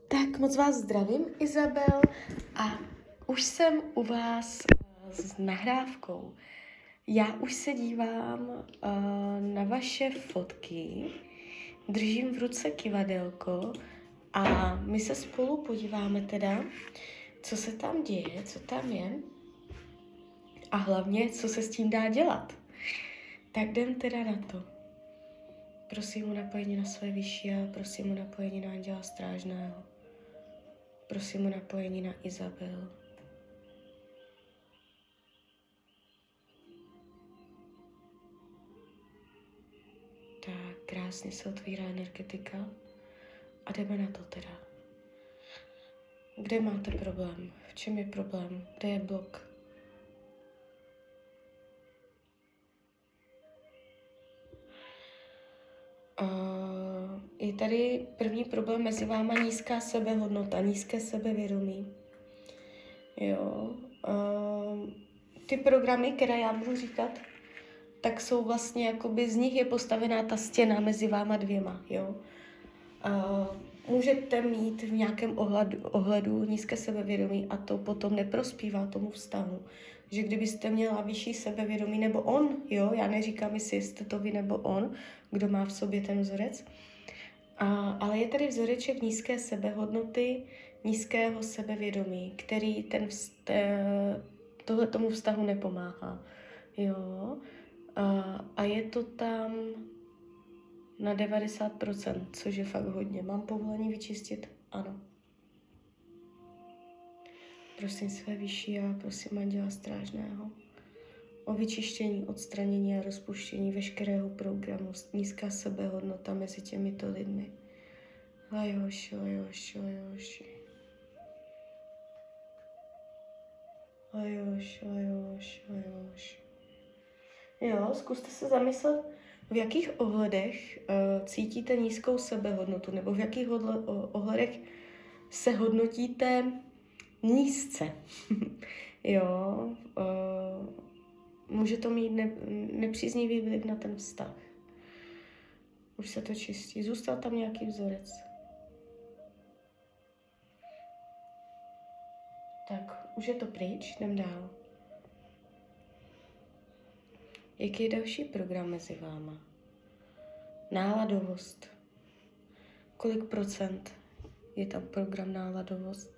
Tak moc vás zdravím, Izabel, a už jsem u vás s nahrávkou. Já už se dívám na vaše fotky, držím v ruce kivadelko a my se spolu podíváme teda, co se tam děje, co tam je a hlavně, co se s tím dá dělat. Tak jdem teda na to. Prosím o napojení na své vyšší a prosím o napojení na Anděla Strážného. Prosím o napojení na Izabel. Tak krásně se otvírá energetika a jdeme na to teda. Kde máte problém? V čem je problém? Kde je blok? Je tady první problém mezi váma nízká sebehodnota, nízké sebevědomí. Jo. Ty programy, které já budu říkat, tak jsou vlastně jakoby z nich je postavená ta stěna mezi váma dvěma. Jo. Můžete mít v nějakém ohledu nízké sebevědomí a to potom neprospívá tomu vztahu. Že kdybyste měla vyšší sebevědomí, nebo on, jo, já neříkám, jestli jste to vy nebo on, kdo má v sobě ten vzorec, ale je tady vzoreček nízké sebehodnoty, nízkého sebevědomí, který tohle tomu vztahu nepomáhá. Jo? A je to tam na 90%, což je fakt hodně. Mám povolení vyčistit? Ano. Prosím své vyšší a prosím Anděla Strážného o vyčištění, odstranění a rozpuštění veškerého programu, nízká sebehodnota mezi těmito lidmi. Lajoši, lajoši, lajoši. Lajoši, lajoši, lajoši. Jo, zkuste se zamyslet, v jakých ohledech cítíte nízkou sebehodnotu, nebo v jakých ohledech se hodnotíte nízce. Jo, může to mít nepříznivý vliv na ten vztah. Už se to čistí. Zůstal tam nějaký vzorec. Tak, už je to pryč, jdem dál. Jaký je další program mezi váma? Náladovost. Kolik procent je tam program náladovost?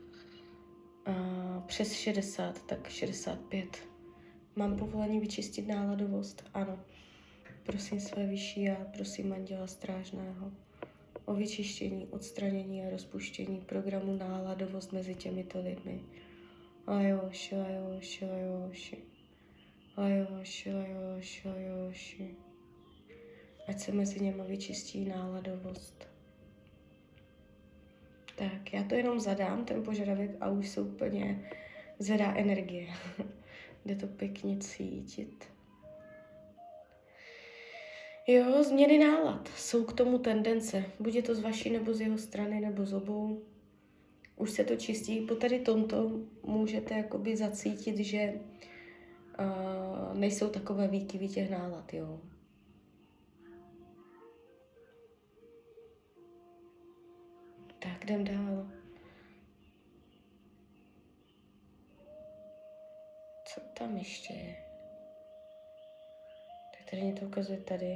Přes 60, tak 65. Mám povolení vyčistit náladovost? Ano. Prosím své vyšší a prosím Anděla Strážného o vyčištění, odstranění a rozpuštění programu náladovost mezi těmito lidmi. Lajoši, lajoši, lajoši. Lajoši, lajoši, lajoši. Ať se mezi něma vyčistí náladovost. Tak, já to jenom zadám, ten požadavek, a už se úplně zvedá energie. Jde to pěkně cítit. Jo, změny nálad. Jsou k tomu tendence. Buď je to z vaší, nebo z jeho strany, nebo z obou. Už se to čistí. Po tady tomto můžete jakoby zacítit, že nejsou takové výkyvy těch nálad, jo. Tak, jdem dál. Co tam ještě je? Tak tady mě to ukazuje tady.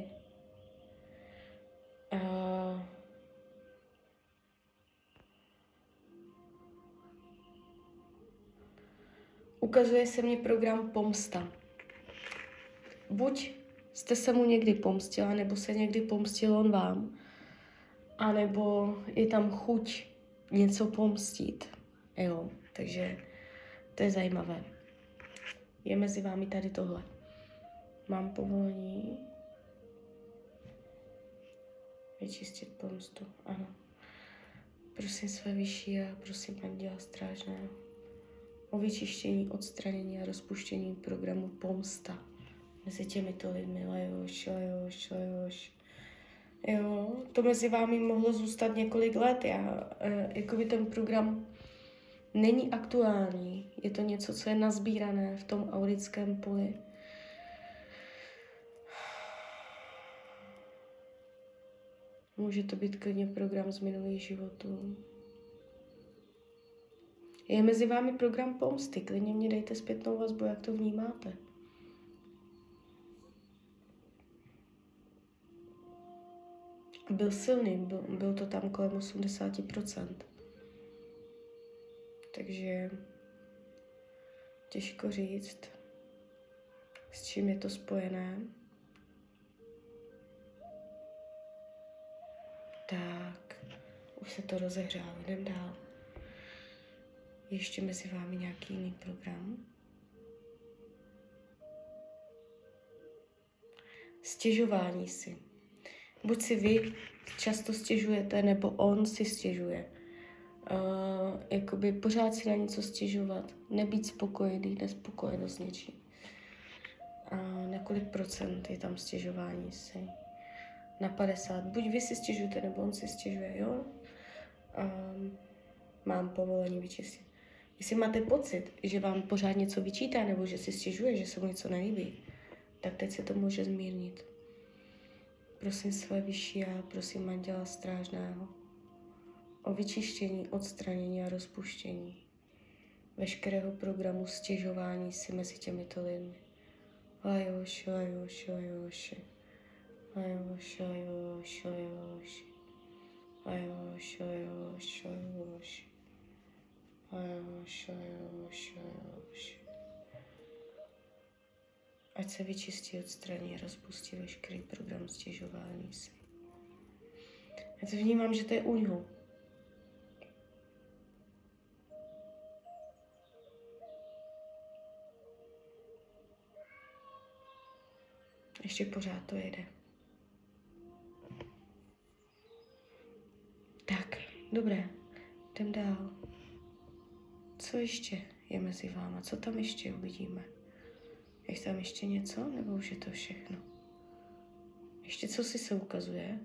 Ukazuje se mě program pomsta. Buď jste se mu někdy pomstila, nebo se někdy pomstil on vám, anebo je tam chuť něco pomstít. Jo, takže to je zajímavé. Je mezi vámi tady tohle. Mám povolení vyčistit pomstu. Ano. Prosím své vyšší a prosím Anděla Strážného o vyčištění, odstranění a rozpuštění programu pomsta mezi těmito lidmi. Lajoš, lajoš, lajoš. Jo, to mezi vámi mohlo zůstat několik let. Jakoby ten program není aktuální. Je to něco, co je nazbírané v tom aurickém poli. Může to být klidně program z minulých životů. Je mezi vámi program pomsty, klidně mě dejte zpětnou vazbu, jak to vnímáte. Byl silný, byl to tam kolem 80%. Takže těžko říct, s čím je to spojené. Tak, už se to rozehřálo, jdem dál. Ještě mezi vámi nějaký jiný program. Stěžování si. Buď si vy často stěžujete, nebo on si stěžuje. Jakoby pořád si na něco stěžovat, nebýt spokojený, nespokojenost s něčím. Na kolik procent je tam stěžování si? Na 50. Buď vy si stěžujete, nebo on si stěžuje, jo? Mám povolení vyčistit. Jestli máte pocit, že vám pořád něco vyčítá, nebo že si stěžuje, že se mu něco nelíbí, tak teď se to může zmírnit. Prosím své vyšší já, prosím Anděla Strážného o vyčištění, odstranění a rozpuštění veškerého programu stěžování si mezi těmito lidmi. Lajoši, lajoši, lajoši. Lajoši, lajoši, lajoši. Lajoši, lajoši, lajoši. Lajoši, lajoši, lajoši. Ať se vyčistí, odstraní a rozpustí veškerý program stěžování si. Já to vnímám, že to je u něho. Ještě pořád to jede. Tak, dobré, jdem dál. Co ještě je mezi váma? Co tam ještě uvidíme? Je tam ještě něco, nebo už je to všechno? Ještě co si se ukazuje?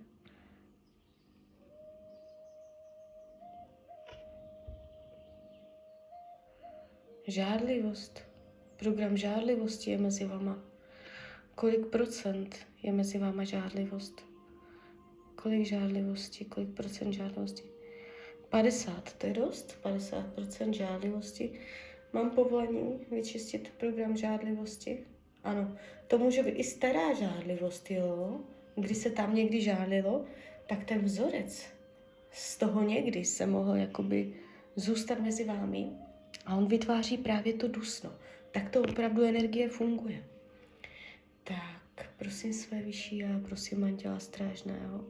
Žádlivost. Program žádlivosti je mezi váma. Kolik procent je mezi váma žádlivost? Kolik žádlivosti? Kolik procent žádlivosti? 50, to je dost? 50% žádlivosti. Mám povolení vyčistit program žádlivosti? Ano, to může být i stará žádlivost, jo? Když se tam někdy žádlilo, tak ten vzorec z toho někdy se mohl jakoby zůstat mezi vámi a on vytváří právě to dusno. Tak to opravdu energie funguje. Tak, prosím své vyšší já, prosím Anděla Strážného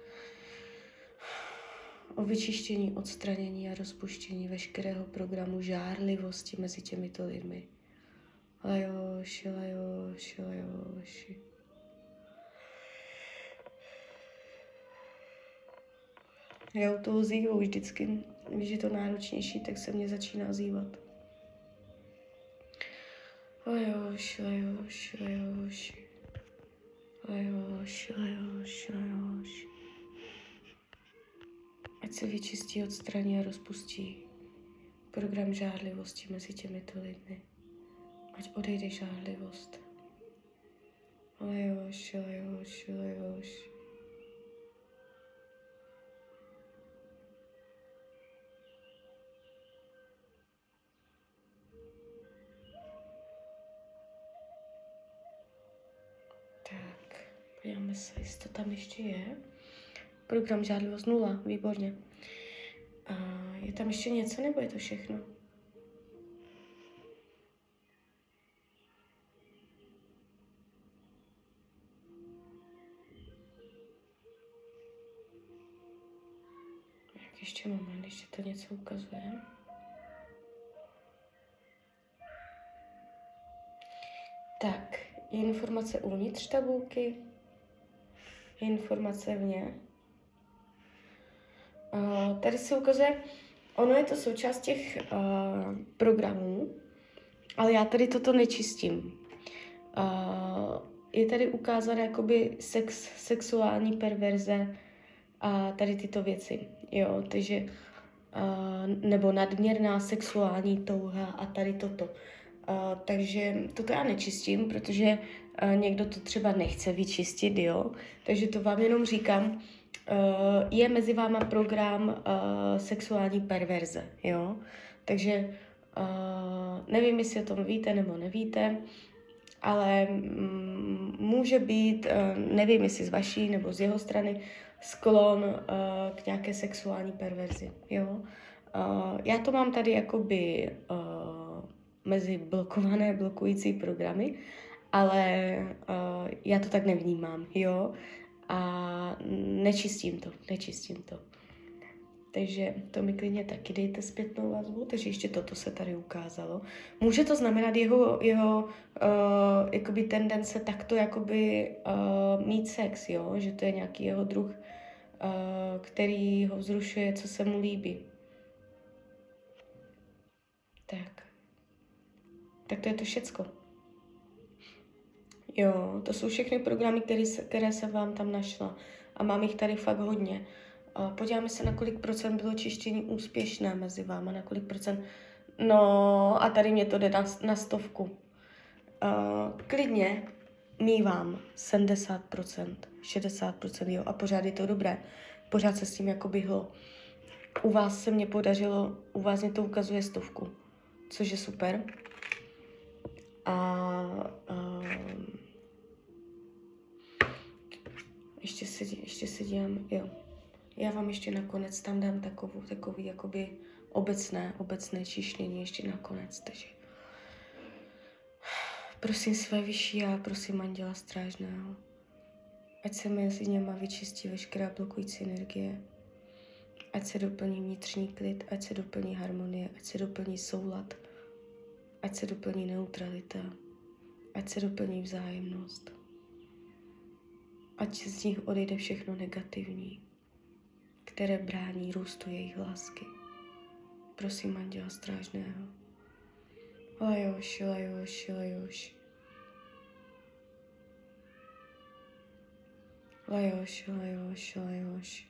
o vyčištění, odstranění a rozpuštění veškerého programu žárlivosti mezi těmito lidmi. Lajoši, lajoši, lajoši. Já u toho zývu vždycky, když je to náročnější, tak se mě začíná zývat. Lajoši, lajoši, lajoši. Lajoši, lajoši, lajoši. Ať se vyčistí, odstraní a rozpustí program žádlivosti mezi těmito lidmi. Ať odejde žádlivost. Lajoši, lajoši, lajoši. Tak, podíváme se, jestli to tam ještě je. Program žádlivost 0, výborně. A je tam ještě něco, nebo je to všechno? Jak ještě moment, ještě to něco ukazuje. Tak, je informace uvnitř tabulky, je informace vně. Tady se ukazuje, ono je to součást těch programů, ale já tady toto nečistím. Je tady ukázána jakoby sexuální perverze a tady tyto věci, jo, takže nebo nadměrná sexuální touha a tady toto. Takže toto já nečistím, protože někdo to třeba nechce vyčistit, jo, takže to vám jenom říkám, je mezi váma program sexuální perverze, jo? Takže nevím, jestli o tom víte nebo nevíte, ale může být, nevím, jestli z vaší nebo z jeho strany, sklon k nějaké sexuální perverzi, jo? Já to mám tady jakoby mezi blokující programy, ale já to tak nevnímám, jo? A nečistím to. Takže to mi klidně taky dejte zpětnou vazbu, takže ještě toto se tady ukázalo. Může to znamenat jeho jakoby tendence takto jakoby mít sex, jo? Že to je nějaký jeho druh, který ho vzrušuje, co se mu líbí. Tak to je to všecko. Jo, to jsou všechny programy, které jsem vám tam našla. A mám jich tady fakt hodně. Podíváme se, na kolik procent bylo čištění úspěšné mezi váma, na kolik procent. No a tady mě to jde na 100. Klidně mívám 70%, 60%, jo, a pořád je to dobré. Pořád se s tím jako běhlo. U vás se mě podařilo, u vás mě to ukazuje 100, což je super. Ještě se dívám, jo. Já vám ještě nakonec tam dám takový jakoby obecné čištění ještě nakonec, takže prosím své vyšší a prosím anděla strážného, ať se mezi něma vyčistí veškerá blokující energie, ať se doplní vnitřní klid, ať se doplní harmonie, ať se doplní soulad, ať se doplní neutralita, ať se doplní vzájemnost, ať z nich odejde všechno negativní, které brání růstu jejich lásky. Prosím anděla strážného. Lajoš, lajoš, lajoš. Lajoš, lajoš, lajoš.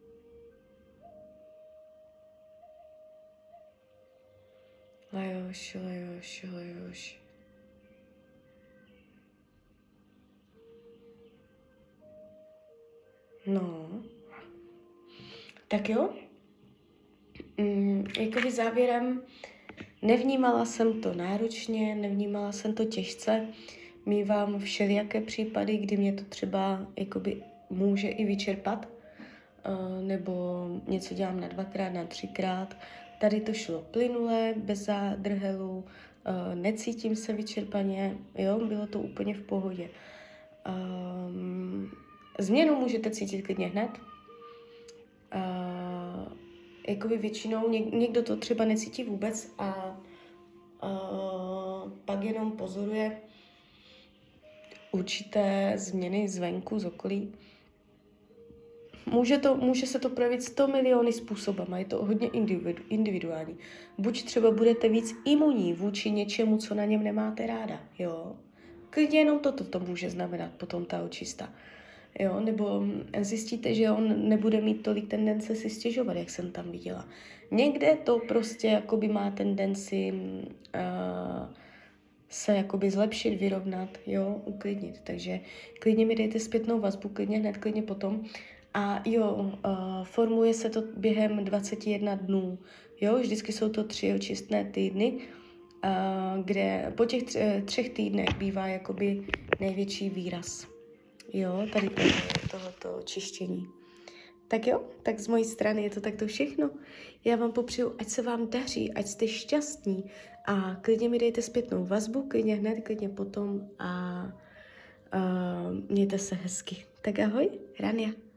Lajoš, lajoš, lajoš. No. Tak jo. Jakoby závěrem, nevnímala jsem to náročně, nevnímala jsem to těžce. Mívám všelijaké případy, kdy mě to třeba jakoby může i vyčerpat, nebo něco dělám na 2x, na 3x. Tady to šlo plynule, bez zádrhelů, necítím se vyčerpaně, jo, bylo to úplně v pohodě. Změnu můžete cítit klidně hned. Jakoby většinou někdo to třeba necítí vůbec a pak jenom pozoruje určité změny zvenku, z okolí. Může se to projevit 100 miliony způsobama, je to hodně individuální. Buď třeba budete víc imunní vůči něčemu, co na něm nemáte ráda, jo. Klidně jenom to může znamenat potom ta očista. Jo, nebo zjistíte, že on nebude mít tolik tendence si stěžovat, jak jsem tam viděla. Někde to prostě jakoby má tendenci se jakoby zlepšit, vyrovnat, jo, uklidnit. Takže klidně mi dejte zpětnou vazbu, klidně hned, klidně potom. A jo, formuje se to během 21 dnů. Jo, vždycky jsou to 3 očistné týdny, kde po těch 3 týdnech bývá jakoby největší výraz. Jo, tady tohoto čištění. Tak jo, tak z mojí strany je to takto všechno. Já vám popřeju, ať se vám daří, ať jste šťastní a klidně mi dejte zpětnou vazbu, klidně hned, klidně potom a mějte se hezky. Tak ahoj, Rania.